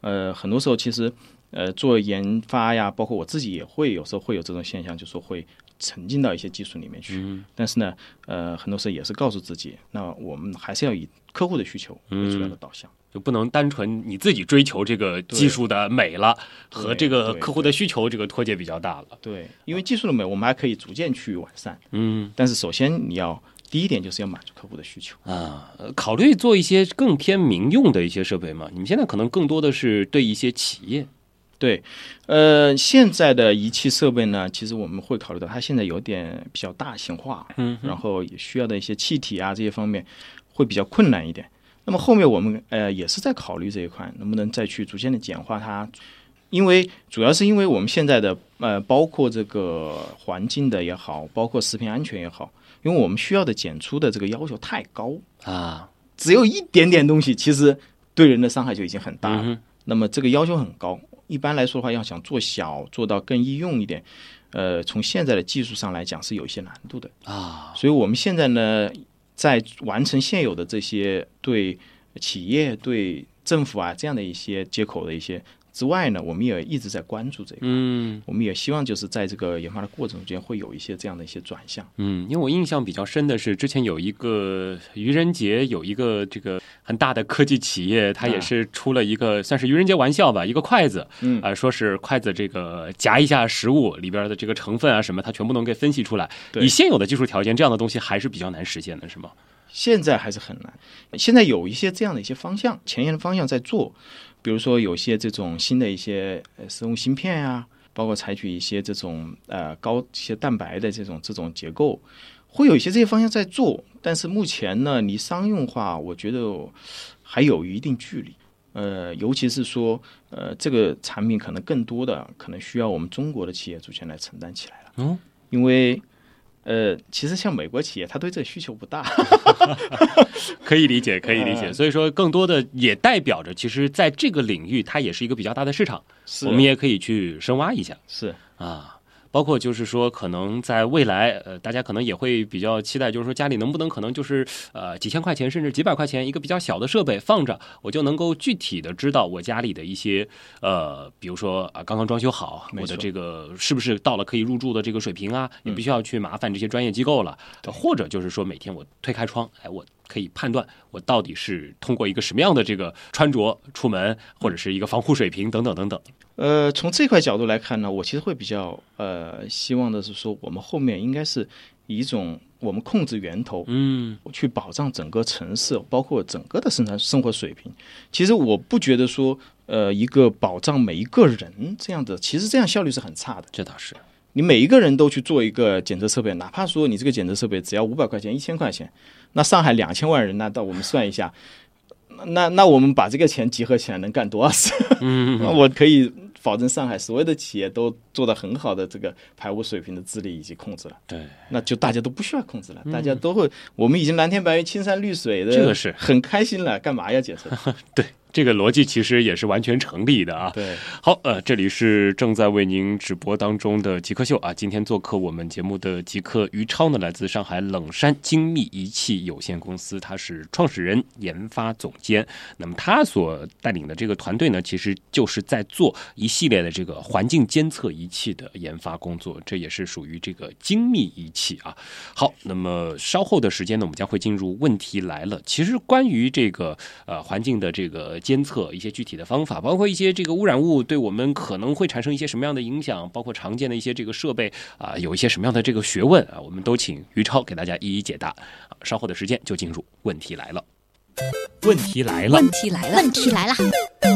呃，很多时候其实呃做研发呀，包括我自己也会有时候会有这种现象，就是说会沉浸到一些技术里面去。嗯、但是呢，呃，很多时候也是告诉自己，那我们还是要以客户的需求为主要的导向。嗯， 就不能单纯你自己追求这个技术的美了，和这个客户的需求这个脱节比较大了。 对，因为技术的美我们还可以逐渐去完善。嗯，但是首先你要第一点就是要满足客户的需求啊。考虑做一些更偏民用的一些设备嘛？你们现在可能更多的是对一些企业。 对，呃，现在的仪器设备呢，其实我们会考虑到它现在有点比较大型化，嗯，然后也需要的一些气体啊这些方面会比较困难一点。那么后面我们呃也是在考虑这一块，能不能再去逐渐的简化它，因为主要是因为我们现在的呃包括这个环境的也好，包括食品安全也好，因为我们需要的检出的这个要求太高啊，只有一点点东西，其实对人的伤害就已经很大了。嗯、那么这个要求很高，一般来说的话，要想做小，做到更易用一点，呃，从现在的技术上来讲是有一些难度的啊。所以我们现在呢，在完成现有的这些对企业、对政府啊这样的一些接口的一些之外呢，我们也一直在关注这个。嗯，我们也希望就是在这个研发的过程中间会有一些这样的一些转向。 嗯，因为我印象比较深的是，之前有一个愚人节，有一个这个很大的科技企业，它也是出了一个、啊、算是愚人节玩笑吧，一个筷子，嗯啊、呃，说是筷子这个夹一下食物里边的这个成分啊什么，它全部能给分析出来。以现有的技术条件，这样的东西还是比较难实现的，是吗？ 现在还是很难。现在有一些这样的一些方向，前沿的方向在做。比如说有些这种新的一些生物芯片啊，包括采取一些这种呃高一些蛋白的这种这种结构，会有一些这些方向在做，但是目前呢，离商用化我觉得还有一定距离。呃，尤其是说呃这个产品可能更多的可能需要我们中国的企业逐渐来承担起来了。嗯，因为呃，其实像美国企业，它对这个需求不大， 可以理解，可以理解。所以说，更多的也代表着，其实在这个领域，它也是一个比较大的市场，我们也可以去深挖一下。 是啊。包括就是说，可能在未来，呃，大家可能也会比较期待，就是说家里能不能可能就是呃几千块钱甚至几百块钱一个比较小的设备放着，我就能够具体的知道我家里的一些呃，比如说啊刚刚装修好，我的这个是不是到了可以入住的这个水平啊，也不需要去麻烦这些专业机构了，嗯、或者就是说每天我推开窗，哎，我可以判断我到底是通过一个什么样的这个穿着出门，或者是一个防护水平等等等等。 呃，从这块角度来看呢，我其实会比较呃希望的是说，我们后面应该是以一种我们控制源头，嗯，去保障整个城市，包括整个的生产生活水平。其实我不觉得说，呃，一个保障每一个人这样的，其实这样效率是很差的。 这倒是， 你每一个人都去做一个检测设备，哪怕说你这个检测设备只要五百块钱、一千块钱，那上海两千万人，那到我们算一下。那那我们把这个钱集合起来能干多少事？嗯，我可以保证上海所有的企业都做到很好的这个排污水平的治理以及控制了。 对， 那就大家都不需要控制了，嗯、大家都会，我们已经蓝天白云、青山绿水的， 这个是很开心了，干嘛要检测？ 对。这个逻辑其实也是完全成立的啊。 对， 好，呃，这里是正在为您直播当中的极客秀啊。今天做客我们节目的极客于超呢，来自上海冷山精密仪器有限公司，他是创始人、研发总监。那么他所带领的这个团队呢，其实就是在做一系列的这个环境监测仪器的研发工作，这也是属于这个精密仪器啊。好，那么稍后的时间呢，我们将会进入问题来了。其实关于这个呃环境的这个监测一些具体的方法，包括一些这个污染物对我们可能会产生一些什么样的影响，包括常见的一些这个设备啊、呃，有一些什么样的这个学问啊，我们都请于超给大家一一解答。啊、稍后的时间就进入问题来了。问题来了， 问题来了，问题来了。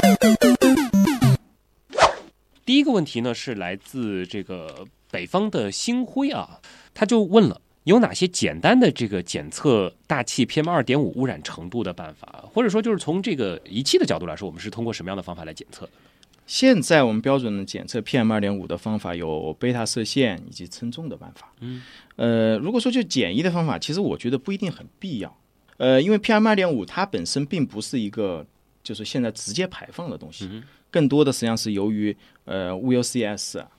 第一个问题呢是来自这个北方的星辉啊，他就问了。有哪些简单的这个检测大气 P M 二点五 污染程度的办法，或者说就是从这个仪器的角度来说，我们是通过什么样的方法来检测的？ 现在我们标准的检测 P M 二点五 的方法有贝塔射线以及称重的办法。嗯，呃，如果说就简易的方法，其实我觉得不一定很必要。呃，因为 P M 二点五 它本身并不是一个就是现在直接排放的东西，嗯、更多的实际上是由于呃 V O C S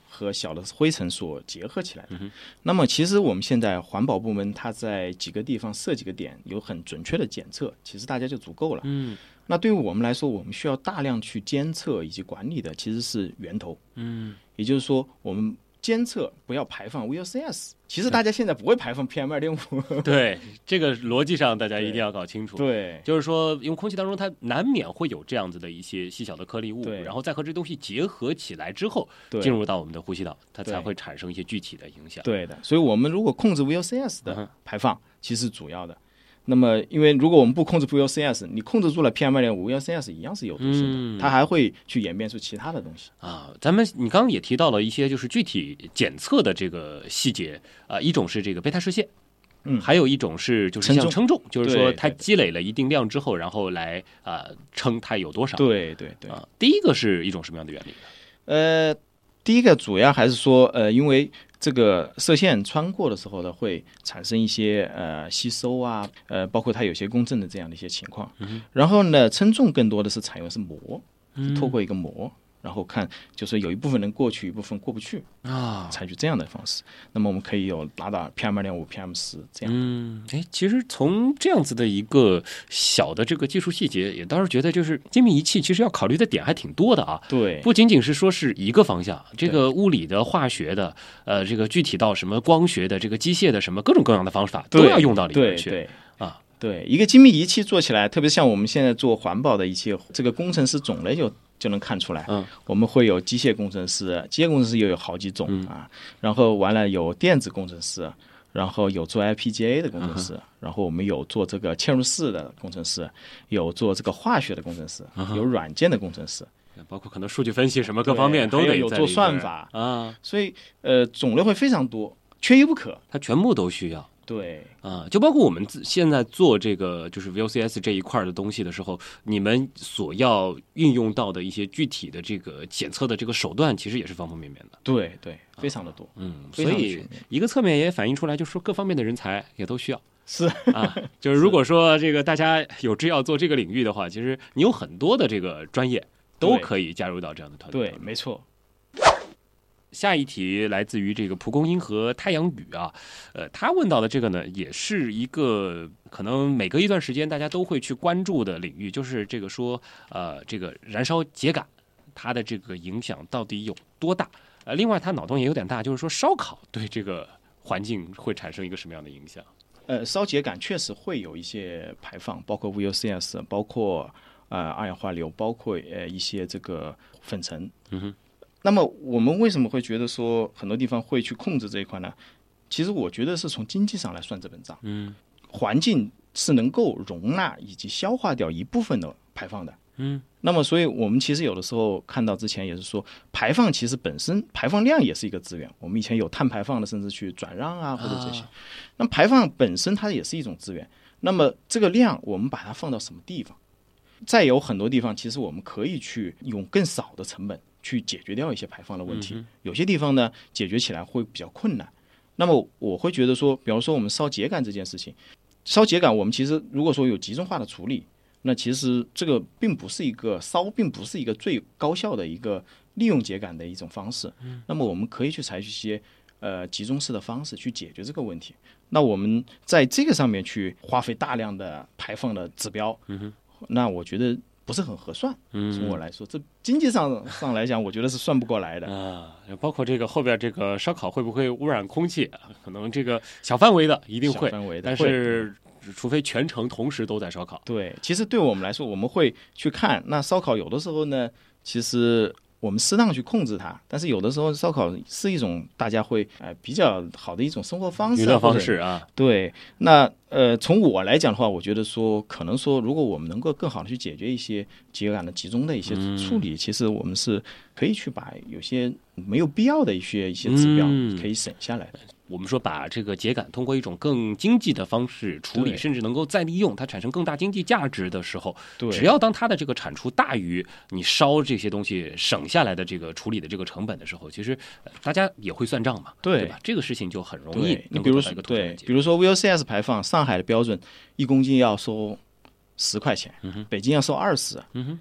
和小的灰尘所结合起来的。 嗯、 那么其实我们现在环保部门它在几个地方设几个点，有很准确的检测，其实大家就足够了。 嗯， 那对于我们来说，我们需要大量去监测以及管理的其实是源头。 嗯， 也就是说，我们监测不要排放 V O C S。其实大家现在不会排放 P M 二点五。 对，这个逻辑上大家一定要搞清楚。 对， 就是说，因为空气当中它难免会有这样子的一些细小的颗粒物， 对， 然后再和这东西结合起来之后，进入到我们的呼吸道，它才会产生一些具体的影响。 对的，所以我们如果控制 V O C S 的排放，嗯、其实主要的。那么，因为如果我们不控制 V O C S， 你控制住了 P M 二点五 ，V O C S 一样是有毒性的，嗯、它还会去演变出其他的东西啊。咱们你刚刚也提到了一些就是具体检测的这个细节啊，一种是这个贝塔射线， 嗯， 还有一种是就是像称重，就是说它积累了一定量之后，然后来啊称它有多少。 对对对啊，第一个是一种什么样的原理呢？ 呃，第一个主要还是说呃，因为这个射线穿过的时候呢，会产生一些呃吸收啊，呃，包括它有些共振的这样的一些情况。 嗯、 然后呢，称重更多的是采用是膜， 嗯、 透过一个膜，然后看就是有一部分能过去，一部分过不去啊， 采取这样的方式。那么我们可以有达到 P M 二点五、P M 十 这样。 嗯，哎，其实从这样子的一个小的这个技术细节，也倒是觉得就是精密仪器其实要考虑的点还挺多的啊。 对， 不仅仅是说是一个方向，这个物理的、化学的，呃，这个具体到什么光学的、这个机械的什么各种各样的方法都要用到里面去。 对对啊， 对，一个精密仪器做起来，特别像我们现在做环保的一些，这个工程师种类就。就能看出来， 嗯， 我们会有机械工程师，机械工程师又有好几种、 嗯、 啊，然后完了有电子工程师，然后有做 I P G A 的工程师， 嗯、 然后我们有做这个嵌入式的工程师，有做这个化学的工程师， 嗯、 有软件的工程师， 包括可能数据分析什么各方面都得有做算法啊， 所以呃种类会非常多，缺一不可， 它全部都需要。 对啊，就包括我们现在做这个就是 V O C S 这一块的东西的时候，你们所要运用到的一些具体的这个检测的这个手段，其实也是方方面面的。 对对，非常的多。 啊、嗯，所以一个侧面也反映出来，就是说各方面的人才也都需要。 是啊，就是如果说这个大家有志要做这个领域的话，其实你有很多的这个专业都可以加入到这样的团队。 对，没错。 下一题来自于这个蒲公英和太阳雨啊，呃，他问到的这个呢，也是一个可能每隔一段时间大家都会去关注的领域，就是这个说，呃，这个燃烧秸秆它的这个影响到底有多大？呃，另外他脑洞也有点大，就是说烧烤对这个环境会产生一个什么样的影响？ 呃，烧秸秆确实会有一些排放，包括 V O C S， 包括呃二氧化硫，包括呃一些这个粉尘。 嗯哼。 那么我们为什么会觉得说很多地方会去控制这一块呢？其实我觉得是从经济上来算这本账。 嗯， 环境是能够容纳以及消化掉一部分的排放的。 嗯， 那么所以我们其实有的时候看到之前也是说，排放其实本身排放量也是一个资源。我们以前有碳排放的，甚至去转让啊或者这些。啊、那排放本身它也是一种资源。那么这个量我们把它放到什么地方？再有很多地方，其实我们可以去用更少的成本去解决掉一些排放的问题。 嗯、 有些地方呢，解决起来会比较困难。那么我会觉得说，比方说我们烧秸秆这件事情，烧秸秆我们其实如果说有集中化的处理，那其实这个并不是一个烧，并不是一个最高效的一个利用秸秆的一种方式。 嗯、 那么我们可以去采取一些呃集中式的方式去解决这个问题。那我们在这个上面去花费大量的排放的指标。 嗯哼。 那我觉得不是很合算， 嗯， 从我来说，这经济上上来讲，我觉得是算不过来的啊。包括这个后边这个烧烤会不会污染空气？可能这个小范围的一定会， 小范围的， 但是除非全程同时都在烧烤。 对，其实对我们来说，我们会去看那烧烤，有的时候呢，其实我们适当去控制它，但是有的时候烧烤是一种大家会呃比较好的一种生活方式、 娱乐方式啊。 对，那呃从我来讲的话，我觉得说可能说，如果我们能够更好的去解决一些秸秆的集中的一些处理，嗯、其实我们是可以去把有些没有必要的一些一些指标可以省下来的。 嗯，我们说把这个秸秆通过一种更经济的方式处理，甚至能够再利用，它产生更大经济价值的时候，只要当它的这个产出大于你烧这些东西省下来的这个处理的这个成本的时候，其实大家也会算账嘛， 对, 对吧？这个事情就很容易能够得到一个妥善的解决。 对，比如说 V O C S 排放，上海的标准一公斤要收十块钱， 嗯、 北京要收二十。 嗯哼，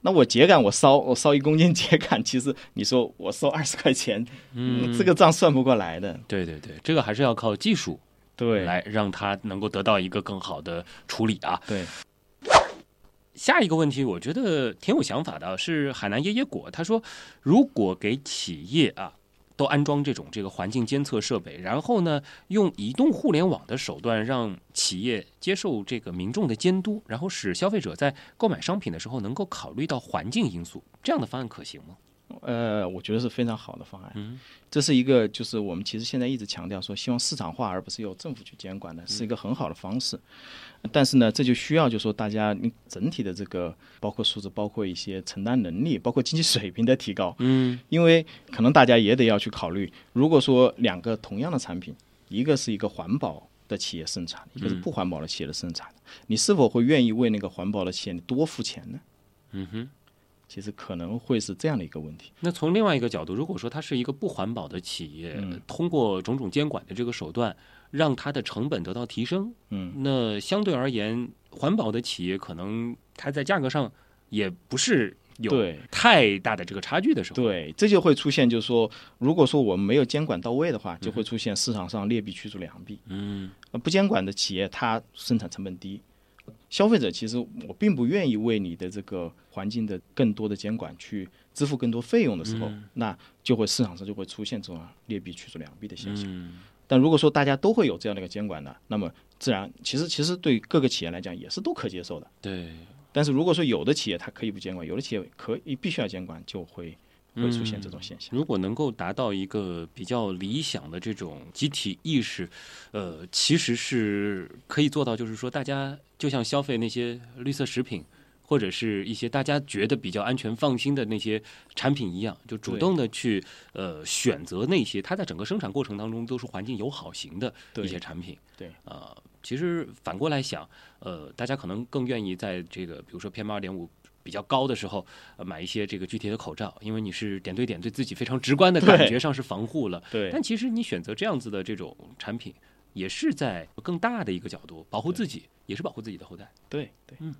那我秸秆我烧我烧一公斤秸秆，其实你说我收二十块钱，嗯，这个账算不过来的。 对对对，这个还是要靠技术对来让它能够得到一个更好的处理啊。 对。 下一个问题，我觉得挺有想法的，是海南椰椰果。他说，如果给企业啊都安装这种这个环境监测设备，然后呢，用移动互联网的手段让企业接受这个民众的监督，然后使消费者在购买商品的时候能够考虑到环境因素，这样的方案可行吗？ 呃，我觉得是非常好的方案。 嗯， 这是一个就是我们其实现在一直强调说，希望市场化而不是由政府去监管的，是一个很好的方式。但是呢，这就需要就是说大家你整体的这个包括素质，包括一些承担能力，包括经济水平的提高。 嗯， 因为可能大家也得要去考虑，如果说两个同样的产品，一个是一个环保的企业生产，一个是不环保的企业的生产，嗯、你是否会愿意为那个环保的企业多付钱呢？ 嗯哼。 其实可能会是这样的一个问题。 那从另外一个角度，如果说它是一个不环保的企业，嗯、通过种种监管的这个手段，让它的成本得到提升，嗯，那相对而言，环保的企业可能它在价格上也不是有太大的这个差距的时候， 对，这就会出现，就是说，如果说我们没有监管到位的话，就会出现市场上劣币驱逐良币。嗯，不监管的企业，它生产成本低。消费者其实我并不愿意为你的这个环境的更多的监管去支付更多费用的时候，嗯、那就会市场上就会出现这种劣币驱逐良币的现象。嗯、但如果说大家都会有这样的一个监管的，那么自然其实其实对各个企业来讲也是都可接受的。 对。 但是如果说有的企业它可以不监管，有的企业可以必须要监管，就会。会出现这种现象。 嗯、如果能够达到一个比较理想的这种集体意识，呃，其实是可以做到，就是说大家就像消费那些绿色食品，或者是一些大家觉得比较安全放心的那些产品一样，就主动的去呃选择那些它在整个生产过程当中都是环境友好型的一些产品。 对， 啊、呃，其实反过来想，呃，大家可能更愿意在这个比如说 P M 二点五。比较高的时候，呃，买一些这个具体的口罩，因为你是点对点，对自己非常直观的感觉上是防护了。 对。 但其实你选择这样子的这种产品，也是在更大的一个角度保护自己，也是保护自己的后代。 对对， 嗯。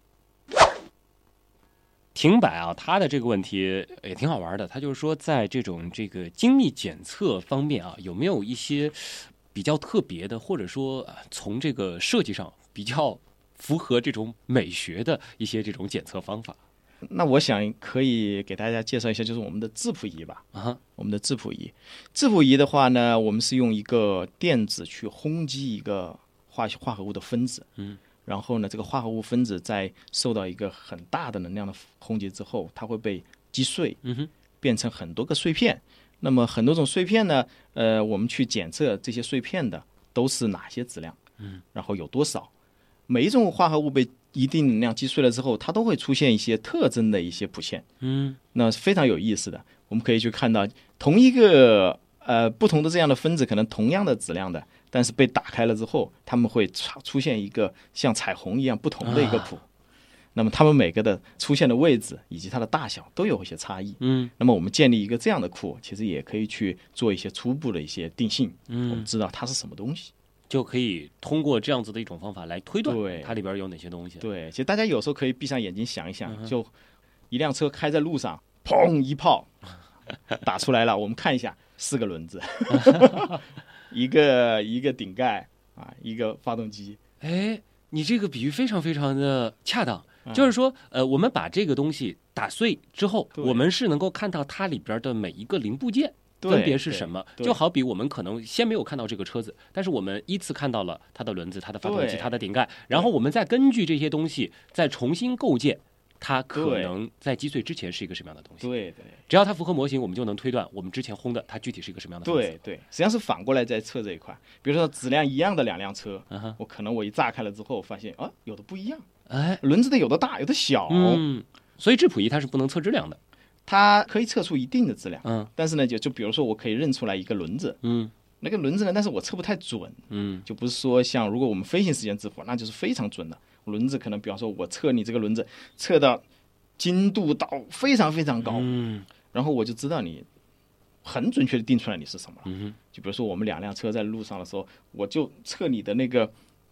停摆啊，他的这个问题也挺好玩的。他就是说，在这种这个精密检测方面啊，有没有一些比较特别的，或者说从这个设计上比较符合这种美学的一些这种检测方法？ 那我想可以给大家介绍一下，就是我们的质谱仪吧。啊，我们的质谱仪，质谱仪的话呢，我们是用一个电子去轰击一个化化合物的分子，嗯，然后呢，这个化合物分子在受到一个很大的能量的轰击之后，它会被击碎，嗯哼，变成很多个碎片。那么很多种碎片呢，呃，我们去检测这些碎片的都是哪些质量，嗯，然后有多少。每一种化合物被一定能量击碎了之后，它都会出现一些特征的一些谱线，嗯，那非常有意思的。我们可以去看到同一个呃不同的这样的分子，可能同样的质量的，但是被打开了之后，它们会出现一个像彩虹一样不同的一个谱。啊、那么它们每个的出现的位置以及它的大小都有一些差异。嗯，那么我们建立一个这样的库，其实也可以去做一些初步的一些定性。嗯，我们知道它是什么东西。 就可以通过这样子的一种方法来推断它里边有哪些东西。 对，其实大家有时候可以闭上眼睛想一想，嗯、就一辆车开在路上，砰一炮打出来了，我们看一下，四个轮子，一个一个顶盖啊，一个发动机。 哎，你这个比喻非常非常的恰当，嗯、就是说，呃，我们把这个东西打碎之后，我们是能够看到它里边的每一个零部件。分别是什么？就好比我们可能先没有看到这个车子，但是我们依次看到了它的轮子、它的发动机、它的顶盖，然后我们再根据这些东西再重新构建它可能在击碎之前是一个什么样的东西。 对对， 只要它符合模型，我们就能推断我们之前轰的它具体是一个什么样的东西。 对对，实际上是反过来在测这一块。比如说质量一样的两辆车，uh-huh. 我可能我一炸开了之后发现啊，有的不一样，哎，轮子的有的大，有的小。 嗯，所以质谱仪它是不能测质量的。 它可以测出一定的质量，嗯，但是呢，就就比如说我可以认出来一个轮子，嗯，那个轮子呢，但是我测不太准，嗯，就不是说像如果我们飞行时间质谱，那就是非常准的。轮子可能比方说我测你这个轮子测到精度到非常非常高，嗯，然后我就知道你很准确的定出来你是什么了。嗯，就比如说我们两辆车在路上的时候，我就测你的那个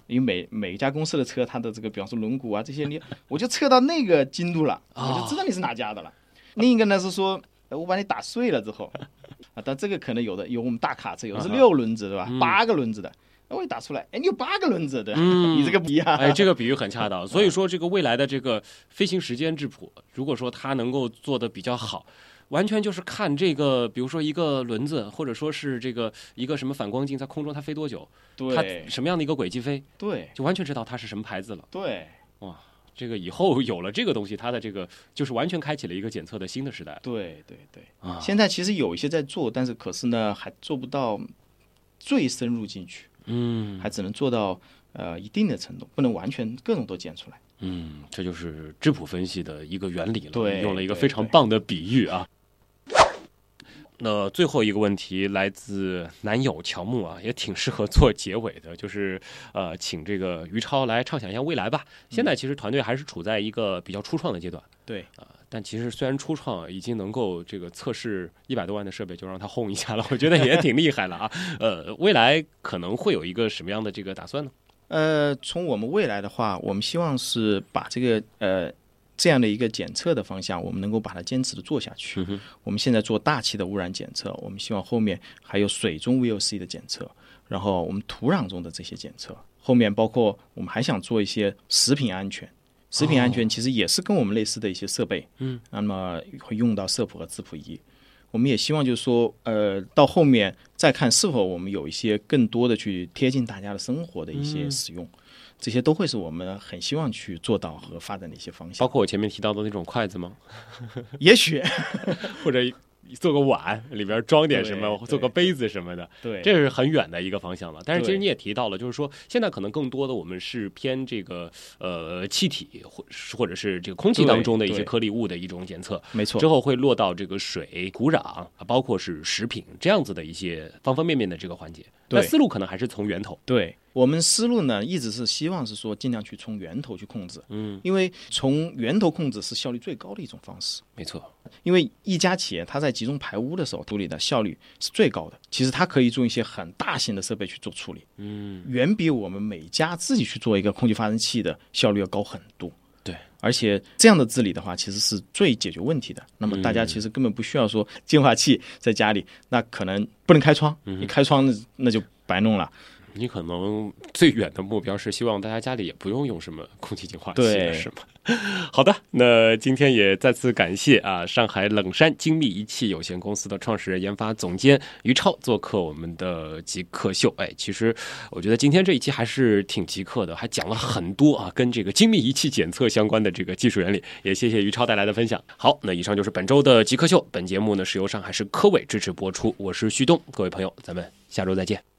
因为每每一家公司的车，它的这个比方说轮毂啊这些，你我就测到那个精度了，我就知道你是哪家的了。另一个呢是说，我把你打碎了之后，啊，但这个可能有的有我们大卡车，有的是六轮子对吧？八个轮子的。我一打出来，哎，你有八个轮子的，嗯、你这个不一样。 哎，这个比喻很恰当。所以说，这个未来的这个飞行时间质谱，如果说它能够做得比较好，完全就是看这个，比如说一个轮子，或者说是这个一个什么反光镜在空中它飞多久， 对， 它什么样的一个轨迹飞， 对， 就完全知道它是什么牌子了。 对， 哇，这个以后有了这个东西，它的这个就是完全开启了一个检测的新的时代。 对对对， 啊， 现在其实有一些在做，但是可是呢，还做不到最深入进去。 嗯， 还只能做到呃一定的程度，不能完全各种都检出来。 嗯，这就是质谱分析的一个原理了。 对， 用了一个非常棒的比喻啊。那最后一个问题来自男友乔木啊，也挺适合做结尾的，就是呃，请这个于超来畅想一下未来吧。现在其实团队还是处在一个比较初创的阶段， 对啊、呃，但其实虽然初创已经能够这个测试一百多万的设备就让它轰一下了，我觉得也挺厉害了啊。呃，未来可能会有一个什么样的这个打算呢？ 呃，从我们未来的话，我们希望是把这个呃。这样的一个检测的方向，我们能够把它坚持的做下去。 嗯、 我们现在做大气的污染检测，我们希望后面还有水中 V O C 的检测，然后我们土壤中的这些检测，后面包括我们还想做一些食品安全。食品安全其实也是跟我们类似的一些设备，嗯、哦，那么会用到色谱和质谱仪。我们也希望就是说，呃，到后面再看是否我们有一些更多的去贴近大家的生活的一些使用。嗯，这些都会是我们很希望去做到和发展的一些方向， 包括我前面提到的那种筷子吗？ 也许或者做个碗里边装点什么，做个杯子什么的， 对， 这是很远的一个方向了。但是其实你也提到了，就是说现在可能更多的我们是偏这个呃气体或或者是这个空气当中的一些颗粒物的一种检测， 没错， 之后会落到这个水、土壤，包括是食品这样子的一些方方面面的这个环节。那思路可能还是从源头。 对，我们思路呢一直是希望是说尽量去从源头去控制， 嗯， 因为从源头控制是效率最高的一种方式。 没错， 因为一家企业它在集中排污的时候处理的效率是最高的，其实它可以用一些很大型的设备去做处理， 嗯， 远比我们每家自己去做一个空气发生器的效率要高很多。 对， 而且这样的治理的话，其实是最解决问题的。那么大家其实根本不需要说净化器在家里，那可能不能开窗，你开窗那那就白弄了。 你可能最远的目标是希望大家家里也不用用什么空气净化器了，是吗？好的，那今天也再次感谢啊，上海冷山精密仪器有限公司的创始人、研发总监于超做客我们的极客秀。哎，其实我觉得今天这一期还是挺极客的，还讲了很多啊，跟这个精密仪器检测相关的这个技术原理。也谢谢于超带来的分享。好，那以上就是本周的极客秀。本节目呢是由上海市科委支持播出，我是旭东，各位朋友，咱们下周再见。